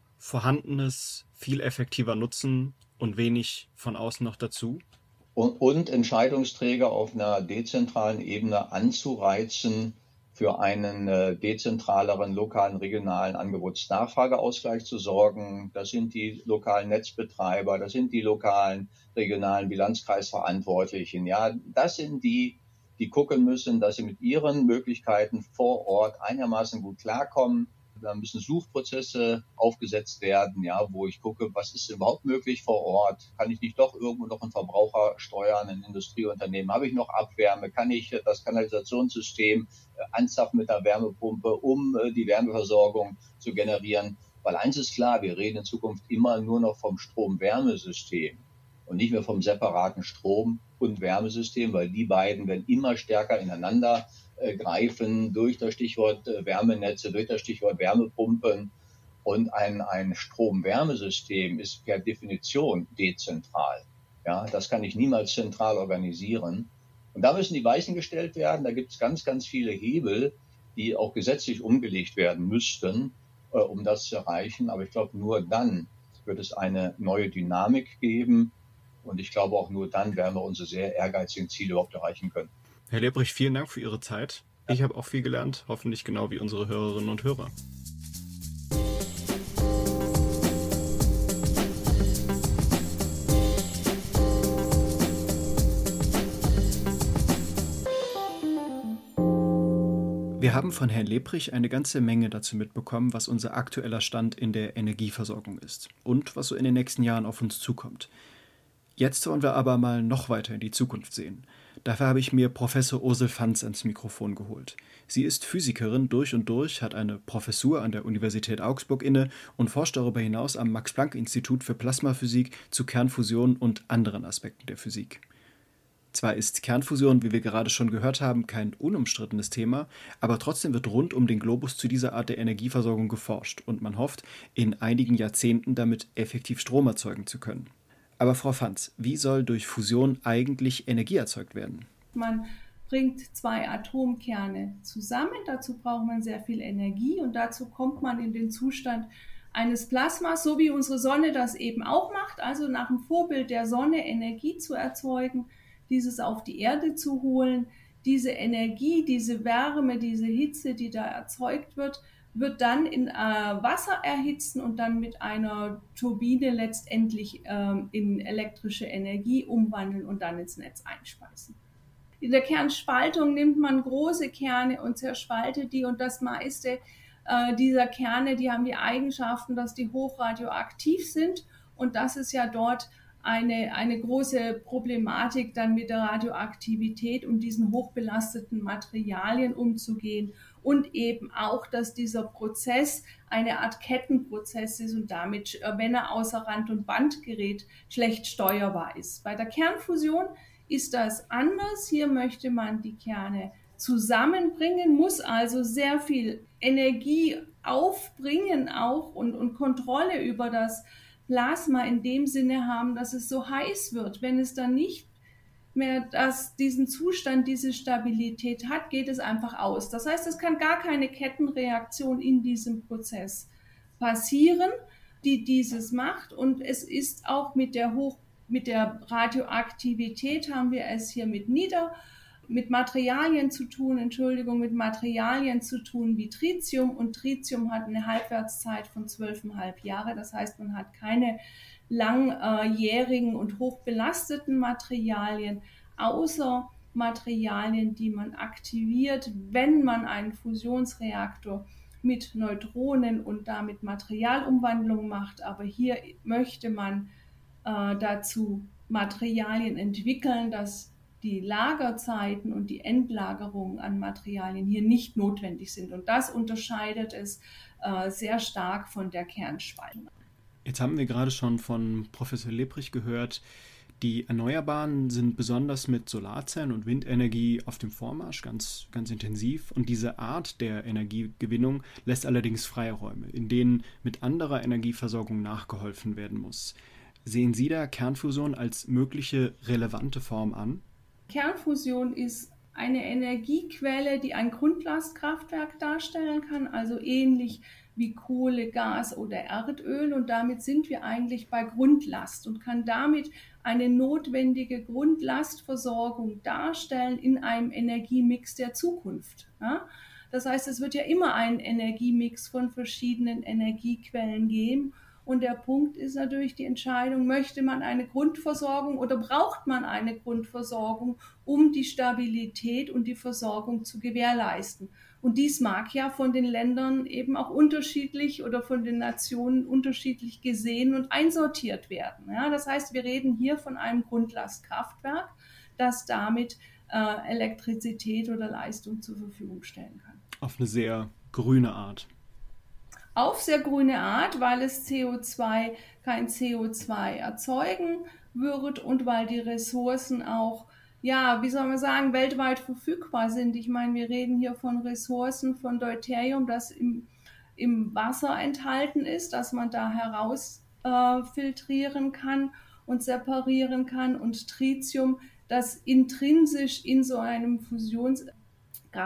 Vorhandenes viel effektiver nutzen und wenig von außen noch dazu? Und, und Entscheidungsträger auf einer dezentralen Ebene anzureizen, für einen äh, dezentraleren, lokalen, regionalen Angebots-Nachfrageausgleich zu sorgen. Das sind die lokalen Netzbetreiber, das sind die lokalen, regionalen Bilanzkreisverantwortlichen. Ja, das sind die, die gucken müssen, dass sie mit ihren Möglichkeiten vor Ort einigermaßen gut klarkommen. Da müssen Suchprozesse aufgesetzt werden, ja, wo ich gucke, was ist überhaupt möglich vor Ort? Kann ich nicht doch irgendwo noch einen Verbraucher steuern, ein Industrieunternehmen? Habe ich noch Abwärme? Kann ich das Kanalisationssystem äh, anzapfen mit der Wärmepumpe, um äh, die Wärmeversorgung zu generieren? Weil eins ist klar, wir reden in Zukunft immer nur noch vom Strom-Wärmesystem und nicht mehr vom separaten Strom- und Wärmesystem, weil die beiden werden immer stärker ineinander greifen durch das Stichwort Wärmenetze, durch das Stichwort Wärmepumpen. Und ein, ein Strom-Wärmesystem ist per Definition dezentral. Ja, das kann ich niemals zentral organisieren. Und da müssen die Weichen gestellt werden. Da gibt es ganz, ganz viele Hebel, die auch gesetzlich umgelegt werden müssten, äh, um das zu erreichen. Aber ich glaube, nur dann wird es eine neue Dynamik geben. Und ich glaube, auch nur dann werden wir unsere sehr ehrgeizigen Ziele überhaupt erreichen können. Herr Lebrich, vielen Dank für Ihre Zeit. Ich habe auch viel gelernt, hoffentlich genau wie unsere Hörerinnen und Hörer. Wir haben von Herrn Lebrich eine ganze Menge dazu mitbekommen, was unser aktueller Stand in der Energieversorgung ist und was so in den nächsten Jahren auf uns zukommt. Jetzt wollen wir aber mal noch weiter in die Zukunft sehen. Dafür habe ich mir Professor Ursel Fanz ans Mikrofon geholt. Sie ist Physikerin durch und durch, hat eine Professur an der Universität Augsburg inne und forscht darüber hinaus am Max-Planck-Institut für Plasmaphysik zu Kernfusion und anderen Aspekten der Physik. Zwar ist Kernfusion, wie wir gerade schon gehört haben, kein unumstrittenes Thema, aber trotzdem wird rund um den Globus zu dieser Art der Energieversorgung geforscht und man hofft, in einigen Jahrzehnten damit effektiv Strom erzeugen zu können. Aber Frau Fanz, wie soll durch Fusion eigentlich Energie erzeugt werden? Man bringt zwei Atomkerne zusammen, dazu braucht man sehr viel Energie und dazu kommt man in den Zustand eines Plasmas, so wie unsere Sonne das eben auch macht, also nach dem Vorbild der Sonne Energie zu erzeugen, dieses auf die Erde zu holen. Diese Energie, diese Wärme, diese Hitze, die da erzeugt wird, wird dann in äh, Wasser erhitzen und dann mit einer Turbine letztendlich ähm, in elektrische Energie umwandeln und dann ins Netz einspeisen. In der Kernspaltung nimmt man große Kerne und zerspaltet die und das meiste äh, dieser Kerne, die haben die Eigenschaften, dass die hochradioaktiv sind und das ist ja dort eine, eine große Problematik dann mit der Radioaktivität und diesen hochbelasteten Materialien umzugehen. Und eben auch, dass dieser Prozess eine Art Kettenprozess ist und damit, wenn er außer Rand und Band gerät, schlecht steuerbar ist. Bei der Kernfusion ist das anders. Hier möchte man die Kerne zusammenbringen, muss also sehr viel Energie aufbringen auch und, und Kontrolle über das Plasma in dem Sinne haben, dass es so heiß wird. Wenn es dann nicht mehr das, diesen Zustand, diese Stabilität hat, geht es einfach aus. Das heißt, es kann gar keine Kettenreaktion in diesem Prozess passieren, die dieses macht. Und es ist auch mit der Hoch, mit der Radioaktivität haben wir es hier mit nieder, mit Materialien zu tun, Entschuldigung, mit Materialien zu tun wie Tritium. Und Tritium hat eine Halbwertszeit von zwölfeinhalb Jahre. Das heißt, man hat keine langjährigen und hochbelasteten Materialien, außer Materialien, die man aktiviert, wenn man einen Fusionsreaktor mit Neutronen und damit Materialumwandlung macht. Aber hier möchte man äh, dazu Materialien entwickeln, dass die Lagerzeiten und die Endlagerung an Materialien hier nicht notwendig sind. Und das unterscheidet es äh, sehr stark von der Kernspaltung. Jetzt haben wir gerade schon von Professor Lebrich gehört, die Erneuerbaren sind besonders mit Solarzellen und Windenergie auf dem Vormarsch, ganz, ganz intensiv. Und diese Art der Energiegewinnung lässt allerdings Freiräume, in denen mit anderer Energieversorgung nachgeholfen werden muss. Sehen Sie da Kernfusion als mögliche relevante Form an? Kernfusion ist eine Energiequelle, die ein Grundlastkraftwerk darstellen kann, also ähnlich wie Kohle, Gas oder Erdöl. Und damit sind wir eigentlich bei Grundlast und kann damit eine notwendige Grundlastversorgung darstellen in einem Energiemix der Zukunft. Ja? Das heißt, es wird ja immer einen Energiemix von verschiedenen Energiequellen geben. Und der Punkt ist natürlich die Entscheidung, möchte man eine Grundversorgung oder braucht man eine Grundversorgung, um die Stabilität und die Versorgung zu gewährleisten. Und dies mag ja von den Ländern eben auch unterschiedlich oder von den Nationen unterschiedlich gesehen und einsortiert werden. Ja, das heißt, wir reden hier von einem Grundlastkraftwerk, das damit äh, Elektrizität oder Leistung zur Verfügung stellen kann. Auf eine sehr grüne Art. Auf sehr grüne Art, weil es C O zwei, kein C O zwei erzeugen wird und weil die Ressourcen auch, ja, wie soll man sagen, weltweit verfügbar sind. Ich meine, wir reden hier von Ressourcen von Deuterium, das im, im Wasser enthalten ist, dass man da heraus äh, filtrieren kann und separieren kann und Tritium, das intrinsisch in so einem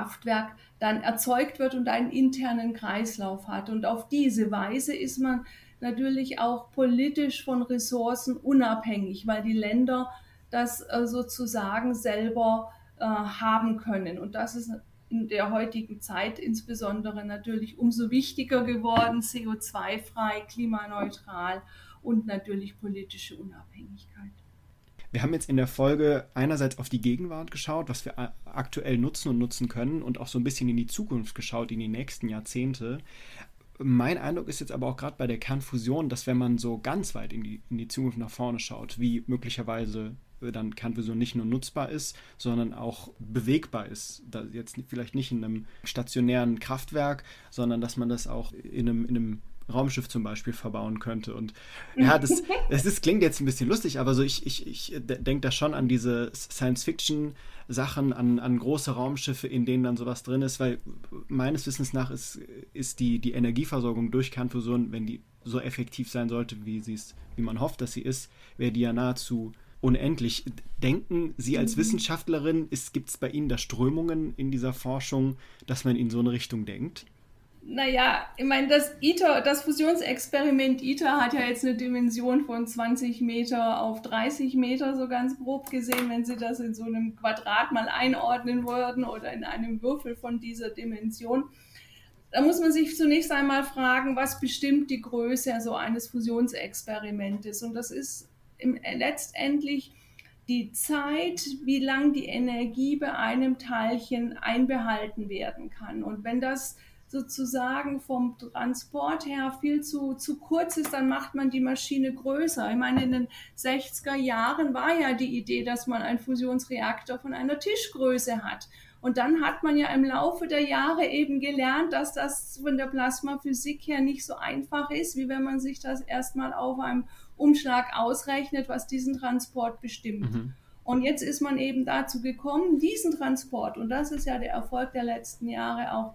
Fusionskraftwerk dann erzeugt wird und einen internen Kreislauf hat. Und auf diese Weise ist man natürlich auch politisch von Ressourcen unabhängig, weil die Länder das äh, sozusagen selber äh, haben können. Und das ist in der heutigen Zeit insbesondere natürlich umso wichtiger geworden, C O zwei frei, klimaneutral und natürlich politische Unabhängigkeit. Wir haben jetzt in der Folge einerseits auf die Gegenwart geschaut, was wir aktuell nutzen und nutzen können, und auch so ein bisschen in die Zukunft geschaut, in die nächsten Jahrzehnte. Mein Eindruck ist jetzt aber auch gerade bei der Kernfusion, dass wenn man so ganz weit in die, in die Zukunft nach vorne schaut, wie möglicherweise dann Kernfusion nicht nur nutzbar ist, sondern auch bewegbar ist. Da jetzt vielleicht nicht in einem stationären Kraftwerk, sondern dass man das auch in einem, in einem Raumschiff zum Beispiel verbauen könnte. Und ja, das, das ist, klingt jetzt ein bisschen lustig, aber so ich, ich, ich denke da schon an diese Science-Fiction-Sachen, an, an große Raumschiffe, in denen dann sowas drin ist, weil meines Wissens nach ist, ist die, die Energieversorgung durch Kernfusion, wenn die so effektiv sein sollte, wie sie es, wie man hofft, dass sie ist, wäre die ja nahezu unendlich. Denken Sie als Wissenschaftlerin, gibt es bei Ihnen da Strömungen in dieser Forschung, dass man in so eine Richtung denkt? Naja, ich meine, das ITER, das Fusionsexperiment ITER hat ja jetzt eine Dimension von zwanzig Meter auf dreißig Meter, so ganz grob gesehen, wenn Sie das in so einem Quadrat mal einordnen würden oder in einem Würfel von dieser Dimension. Da muss man sich zunächst einmal fragen, was bestimmt die Größe so eines Fusionsexperimentes? Und das ist im, letztendlich die Zeit, wie lang die Energie bei einem Teilchen einbehalten werden kann. Und wenn das sozusagen vom Transport her viel zu, zu kurz ist, dann macht man die Maschine größer. Ich meine, in den sechziger Jahren war ja die Idee, dass man einen Fusionsreaktor von einer Tischgröße hat. Und dann hat man ja im Laufe der Jahre eben gelernt, dass das von der Plasmaphysik her nicht so einfach ist, wie wenn man sich das erstmal auf einem Umschlag ausrechnet, was diesen Transport bestimmt. Mhm. Und jetzt ist man eben dazu gekommen, diesen Transport, und das ist ja der Erfolg der letzten Jahre auch,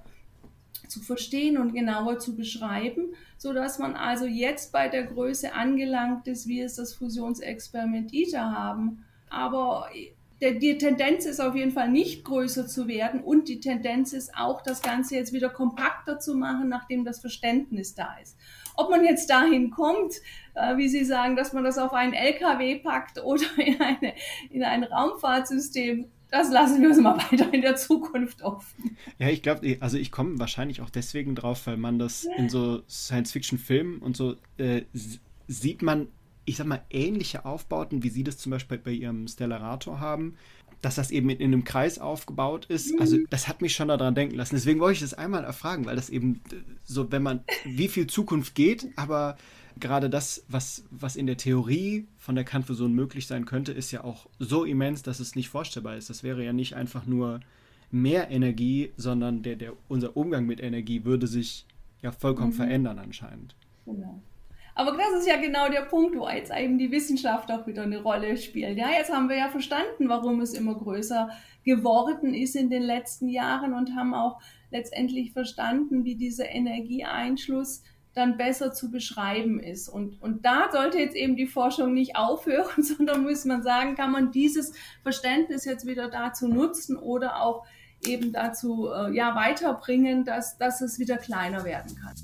zu verstehen und genauer zu beschreiben, sodass man also jetzt bei der Größe angelangt ist, wie es das Fusionsexperiment ITER haben. Aber der, die Tendenz ist auf jeden Fall nicht größer zu werden, und die Tendenz ist auch, das Ganze jetzt wieder kompakter zu machen, nachdem das Verständnis da ist. Ob man jetzt dahin kommt, äh, wie Sie sagen, dass man das auf einen L K W packt oder in, eine, in ein Raumfahrtsystem, das lassen wir uns mal weiter in der Zukunft offen. Ja, ich glaube, also ich komme wahrscheinlich auch deswegen drauf, weil man das in so Science-Fiction-Filmen und so äh, sieht man, ich sag mal, ähnliche Aufbauten, wie Sie das zum Beispiel bei Ihrem Stellarator haben, dass das eben in, in einem Kreis aufgebaut ist. Mhm. Also das hat mich schon daran denken lassen. Deswegen wollte ich das einmal erfragen, weil das eben so, wenn man, wie viel Zukunft geht, aber gerade das, was, was in der Theorie von der Kernfusion möglich sein könnte, ist ja auch so immens, dass es nicht vorstellbar ist. Das wäre ja nicht einfach nur mehr Energie, sondern der, der, unser Umgang mit Energie würde sich ja vollkommen mhm. verändern anscheinend. Genau. Aber das ist ja genau der Punkt, wo jetzt eben die Wissenschaft auch wieder eine Rolle spielt. Ja, jetzt haben wir ja verstanden, warum es immer größer geworden ist in den letzten Jahren, und haben auch letztendlich verstanden, wie dieser Energieeinschluss dann besser zu beschreiben ist. Und, und da sollte jetzt eben die Forschung nicht aufhören, sondern muss man sagen, kann man dieses Verständnis jetzt wieder dazu nutzen oder auch eben dazu äh, ja, weiterbringen, dass, dass es wieder kleiner werden kann.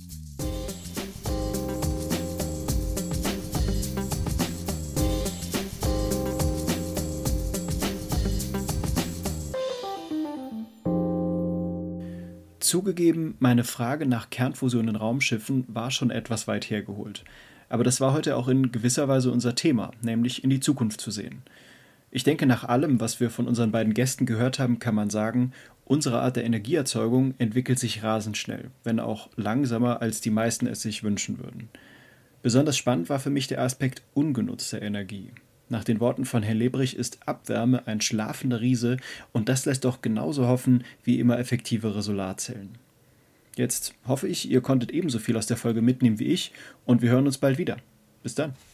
Zugegeben, meine Frage nach Kernfusion in Raumschiffen war schon etwas weit hergeholt. Aber das war heute auch in gewisser Weise unser Thema, nämlich in die Zukunft zu sehen. Ich denke, nach allem, was wir von unseren beiden Gästen gehört haben, kann man sagen, unsere Art der Energieerzeugung entwickelt sich rasend schnell, wenn auch langsamer, als die meisten es sich wünschen würden. Besonders spannend war für mich der Aspekt ungenutzter Energie. Nach den Worten von Herrn Lebrich ist Abwärme ein schlafender Riese, und das lässt doch genauso hoffen wie immer effektivere Solarzellen. Jetzt hoffe ich, ihr konntet ebenso viel aus der Folge mitnehmen wie ich, und wir hören uns bald wieder. Bis dann.